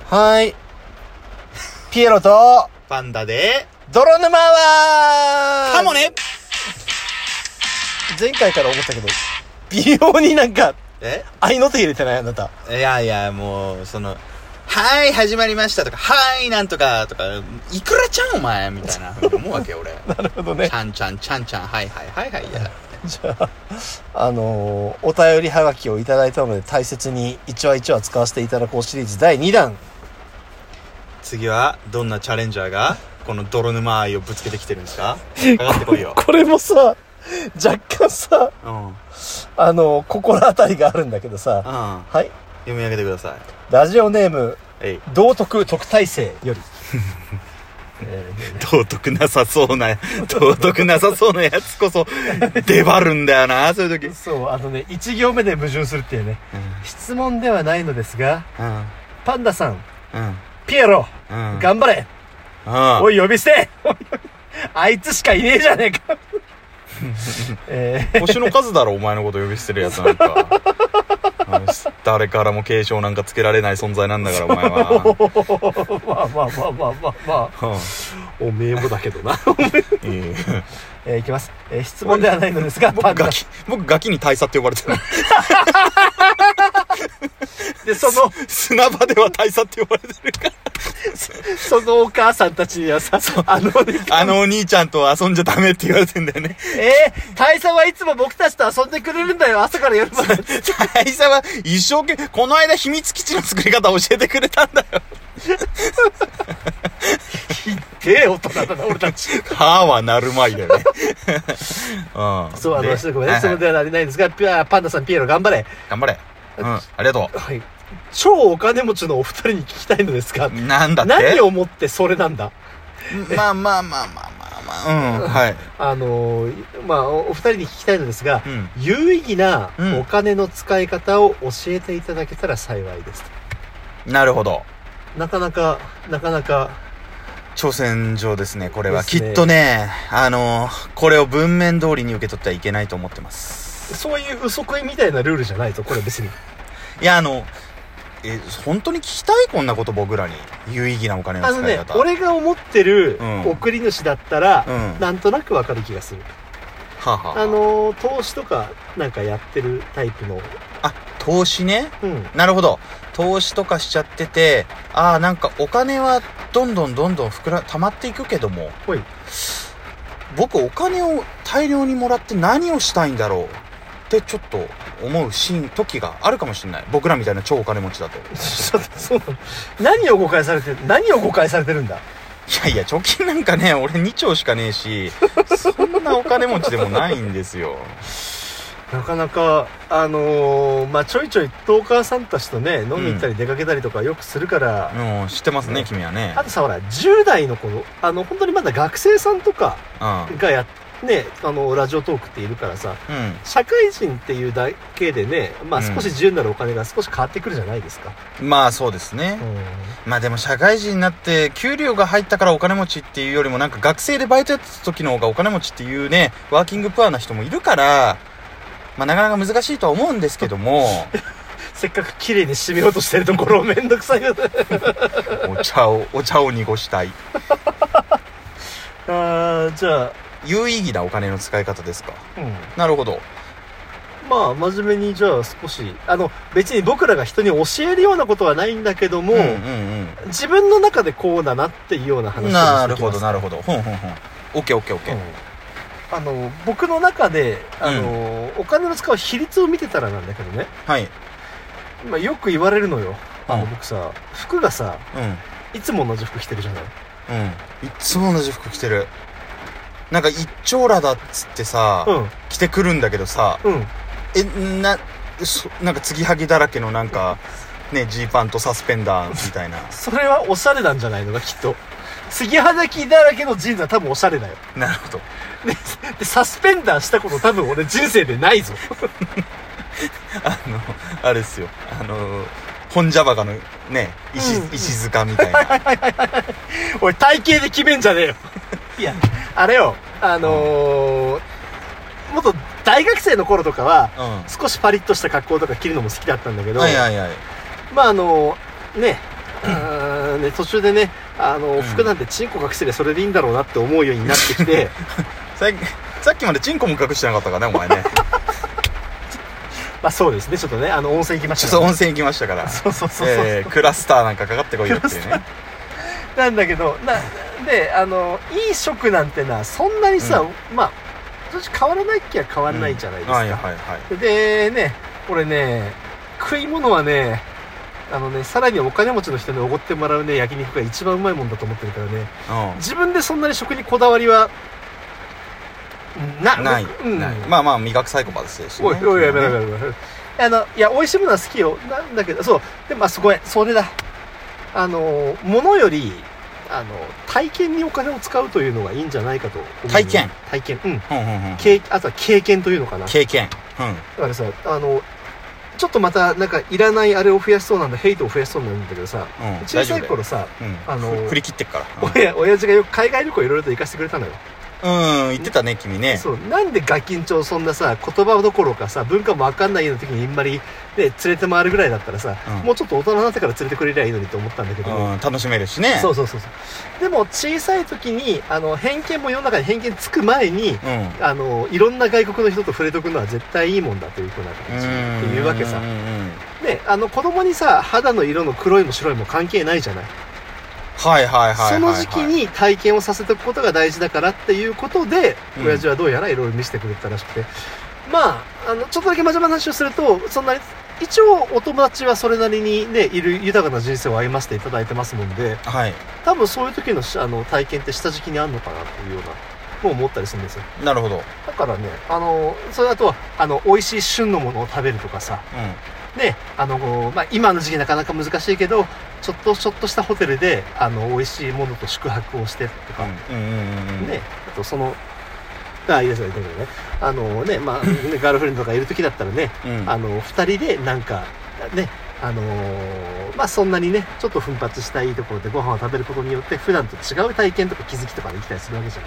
はい。ピエロとパンダで泥沼はかもね。 前回から思ったけど、微妙になんか愛の手入れてないあなた。 いやいや、もうはい始まりましたとか、はいなんとかとか、いくらちゃんお前みたいな思うわけよ俺。 なるほどね。 ちゃんはいや。 じゃあお便りはがきをいただいたので、大切に一話一話使わせていただこうシリーズ第2弾。 次はどんなチャレンジャーがこの泥沼愛をぶつけてきてるんですか。かかってこいよ。 これもさ、若干さ、心当たりがあるんだけどさ、はい、 読み上げてください。 ラジオネーム道徳特待生より道徳なさそうなやつこそ出張るんだよな、そういう時。 そう、1行目で矛盾するっていうね、質問ではないのですが、パンダさん、ピエロ、頑張れ、おい呼び捨てあいつしかいねえじゃねえか星の数だろお前のこと呼び捨てるやつなんか誰からも警鐘なんかつけられない存在なんだからお前は。まあおめえもだけどな。いきます。質問ではないのですが、 僕ガキに大佐って呼ばれてるで砂場では大佐って呼ばれてるからそのお母さんたちにはさ、あのお兄ちゃんと遊んじゃダメって言われてんだよね。 大佐はいつも僕たちと遊んでくれるんだよ、朝から夜まで。 大佐は一生懸命この間秘密基地の作り方教えてくれたんだよ。 ひってえ大人だな俺たち。 ははなるまいだよね。 そう、ごめんね、それではなりないんですが、パンダさん、ピエロ頑張れ。 ありがとう。 はい。超お金持ちのお二人に聞きたいのですが、 なんだって、 何をもってそれなんだ。 まあはい。 お二人に聞きたいのですが、有意義なお金の使い方を教えていただけたら幸いです。 なるほど。 なかなか挑戦状ですね、これは。きっとね、これを文面通りに受け取ってはいけないと思ってます。 そういう嘘食いみたいなルールじゃないと、これ別に。 いや、本当に聞きたいこんなこと僕らに。有意義なお金の使い方。 俺が思ってる送り主だったら、なんとなくわかる気がする。投資とかなんかやってるタイプの。 投資ね。なるほど。投資とかしちゃってて、なんかお金はどんどん溜まっていくけども、僕お金を大量にもらって何をしたいんだろうってちょっと思う時があるかもしれない。僕らみたいな超お金持ちだと。 そう何を誤解されてるんだ。 いや貯金なんかね、俺2兆しかねえし、そんなお金持ちでもないんですよ。 なかなかちょいちょいトーカーさんたちとね、飲み行ったり出かけたりとかよくするから、 知ってますね、君はね。 あとさ、ほら10代の頃、本当にまだ学生さんとかがラジオトークっているからさ、社会人っていうだけでね、少し自由になるお金が少し変わってくるじゃないですか。 そうですね。でも社会人になって給料が入ったからお金持ちっていうよりも、なんか学生でバイトやってた時の方がお金持ちっていうね、ワーキングプアな人もいるから、なかなか難しいとは思うんですけどもせっかく綺麗に締めようとしてるところをめんどくさいよね。 お茶を濁したい。 じゃあ有意義なお金の使い方ですか。なるほど。 真面目にじゃあ少し別に僕らが人に教えるようなことはないんだけども、自分の中でこうだなっていうような話をしてきます。 なるほど。オッケー。 僕の中でお金の使う比率を見てたらなんだけどね。よく言われるのよ。僕さ、服がさ、いつも同じ服着てるじゃない。 いつも同じ服着てる。なんか一丁羅だっつってさ、着てくるんだけどさ、なんか継ぎはぎだらけのなんかね、ジーパンとサスペンダーみたいな。 それはおしゃれなんじゃないのか、きっと。継ぎはぎだらけのジーンズは多分おしゃれだよ。 なるほど。 でサスペンダーしたこと多分俺人生でないぞ。 あれですよ、本ジャバガのね、石塚みたいな。 おい、体型で決めんじゃねえよ。いや、あれよ、もっと大学生の頃とかは、少しパリッとした格好とか着るのも好きだったんだけど、 はいはいはい、 まあね、 ね、途中でね服なんてチンコ隠せりゃそれでいいんだろうなって思うようになってきてさっきまでチンコも隠してなかったからねお前ねまあそうですね、ちょっとね温泉行きましたから、ね、温泉行きましたからそうクラスターなんかかかってこいよっていうねなんだけどでいい食なんてなそんなにさ、まあ変わらないっきゃ変わらないじゃないですか、 はいはいはい、 でね俺ね食い物はねさらにお金持ちの人におごってもらうね焼肉が一番うまいもんだと思ってるからね、自分でそんなに食にこだわりはない、まあまあ味覚サイコパスですし、ね、 おいやめろいや美味しいものは好きよなんだけどそうでもすごいそれだ物より体験にお金を使うというのがいいんじゃないかと思う。体験あとは経験というのかな。 経験。 だからさちょっとまたなんかいらないあれを増やしそうなんだ、ヘイトを増やしそうなんだけどさ、小さい頃さ、 振り切ってっから、 親父がよく海外旅行いろいろと行かせてくれたのよ。 言ってたね君ね。 そう、なんでガキンチョそんなさ言葉どころかさ文化も分かんないような時にあんまりで連れて回るぐらいだったらさ、もうちょっと大人になってから連れてくれりゃいいのにと思ったんだけども、 楽しめるしね。 そうでも小さい時に偏見も世の中に偏見つく前に、いろんな外国の人と触れとくのは絶対いいもんだというふうな形っていうわけさ。で子供にさ肌の色の黒いも白いも関係ないじゃない。その時期に体験をさせておくことが大事だからっていうことで、親父はどうやらいろいろ見せてくれたらしくて、まあちょっとだけ真面目な話をすると、そんなに一応お友達はそれなりにねいる豊かな人生を歩ませていただいてますもんで、多分そういう時の体験って下敷きにあるのかなというようなも思ったりするんですよ。 なるほど。 だからねそれあとは美味しい旬のものを食べるとかさ、でまあ、今の時期なかなか難しいけどちょっとしたホテルで美味しいものと宿泊をしてとか、ね、あといいですよね、まあガールフレンドとかいる時だったらね、2人でなんかねまあそんなにねちょっと奮発したいところでご飯を食べることによって普段と違う体験とか気づきとかできたりするわけじゃない。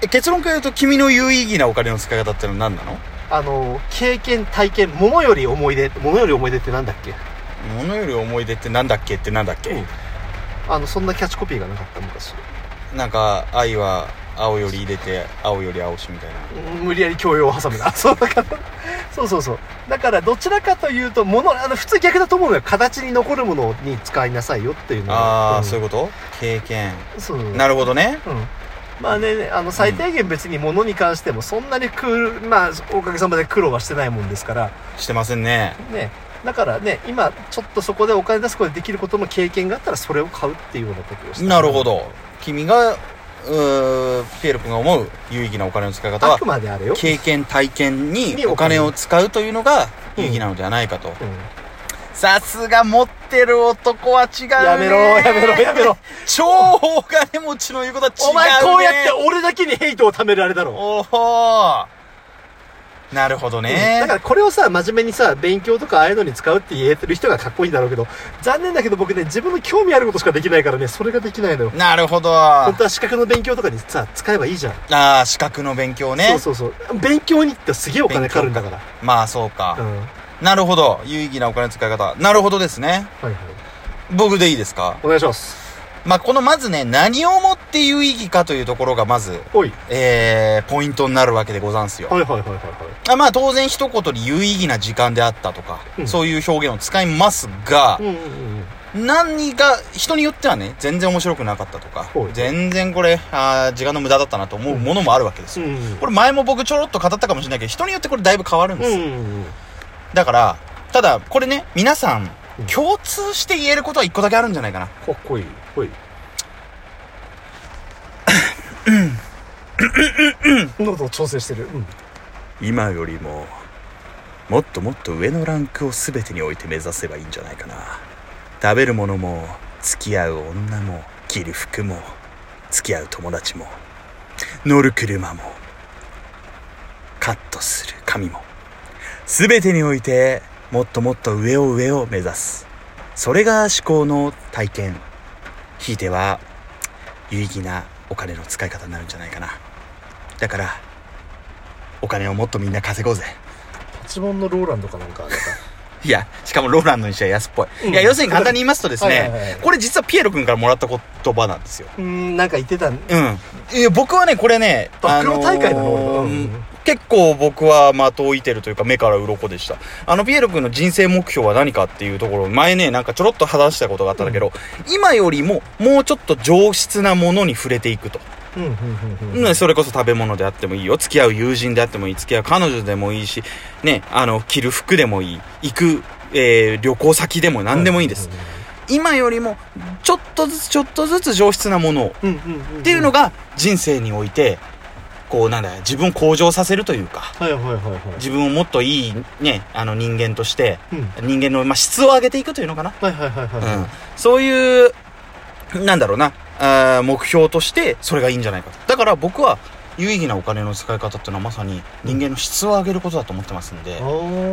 結論から言うと君の有意義なお金の使い方ってのは何なの？ 経験体験物より思い出ってなんだっけ？ 物より思い出ってなんだっけってなんだっけ？ そんなキャッチコピーがなかった昔。 なんか愛は青より入れて青より青しみたいな、無理やり教養を挟むなそうだからそうだからどちらかというと普通逆だと思うのよ。形に残るものに使いなさいよっていうのは。そういうこと？経験。なるほどね。 まあね、最低限別に物に関してもそんなにまあおかげさまで苦労はしてないもんですから。 してませんね。 だからね今ちょっとそこでお金出すことでできることの経験があったらそれを買うっていうようなことをして。 なるほど。君がピエロ君が思う有意義なお金の使い方はあくまであれよ経験体験にお金を使うというのが有意義なのではないかと。さすが持ってる男は違うね。 やめろ超大金持ちの言うことは違うね。 お前こうやって俺だけにヘイトを貯めるあれだろ。 おほなるほどね、 だからこれをさ真面目にさ勉強とかああいうのに使うって言えてる人がかっこいいんだろうけど、残念だけど僕ね自分の興味あることしかできないからねそれができないのよ。 なるほど。 本当は資格の勉強とかにさ使えばいいじゃん。 資格の勉強ね。 そう勉強にってすげえお金かかるんだから。 まあそうか、なるほど。有意義なお金の使い方なるほどですね。僕でいいですか？ お願いします。 このまずね何をもって有意義かというところがまずポイントになるわけでござんすよ。まあ当然一言で有意義な時間であったとか、そういう表現を使いますが、何か人によってはね全然面白くなかったとか、全然これ時間の無駄だったなと思うものもあるわけですよ。これ前も僕ちょろっと語ったかもしれないけど人によってこれだいぶ変わるんですよ。だからただこれね皆さん共通して言えることは一個だけあるんじゃないかな。 かっこいい。喉を調整してる。 今よりももっともっと上のランクを全てにおいて目指せばいいんじゃないかな。食べるものも付き合う女も着る服も付き合う友達も乗る車もカットする髪も全てにおいてもっともっと上を目指す。それが思考の体験、ひいては有意義なお金の使い方になるんじゃないかな。だからお金をもっとみんな稼ごうぜ。 パチモンのローランドかなんかいや、しかもローランドにしては安っぽい。いや、要するに簡単に言いますとですね、これ実はピエロ君からもらった言葉なんですよ。 なんか言ってた。 いや、僕はね、これね、 暴露大会だろ、 結構僕は的を射てるというか目から鱗でした。ピエロ君の人生目標は何かっていうところを前ね、なんかちょろっと話したことがあったんだけど、今よりももうちょっと上質なものに触れていくと。それこそ食べ物であってもいいよ。付き合う友人であってもいい。付き合う彼女でもいいし、ね、着る服でもいい。行く、旅行先でも何でもいいです。今よりもちょっとずつ上質なものをっていうのが人生においてこう自分を向上させるというか、自分をもっといいね人間として、人間の質を上げていくというのかな、そういう目標としてそれがいいんじゃないかと。だから僕は有意義なお金の使い方っていうのはまさに人間の質を上げることだと思ってますんで、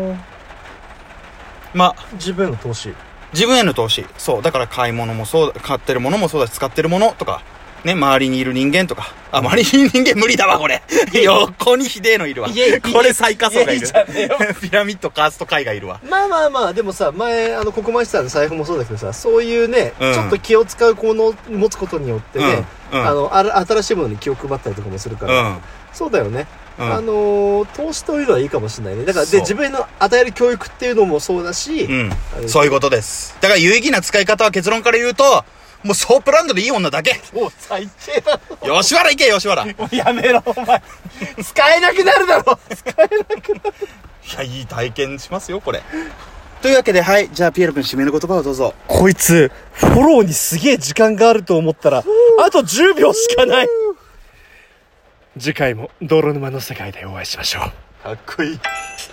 自分への投資。 自分への投資。そう。だから買い物もそうだ、買ってるものもそうだし、使ってるものとか、ね、周りにいる人間とか。周りにいる人間無理だわ、これ。横にひでえのいるわ。これ最下層がいる。ピラミッドカースト海がいるわ。 でもさ、前、ココマイスターの財布もそうだけどさ、そういうね、ちょっと気を使うものを持つことによってね、新しいものに気を配ったりとかもするから、そうだよね。投資というのはいいかもしれないね。だから、自分の与える教育っていうのもそうだし、 そういうことです。だから有意義な使い方は結論から言うと、もうソープランドでいい女だけ。 もう最低だろ。 吉原行け、吉原。 もうやめろ、お前。使えなくなるだろ。使えなくなる。 いや、いい体験しますよ、これ。というわけで、はい。じゃあ、ピエロ君締める言葉をどうぞ。 こいつ、フォローにすげえ時間があると思ったら、あと10秒しかない。次回も泥沼の世界でお会いしましょう。 かっこいい。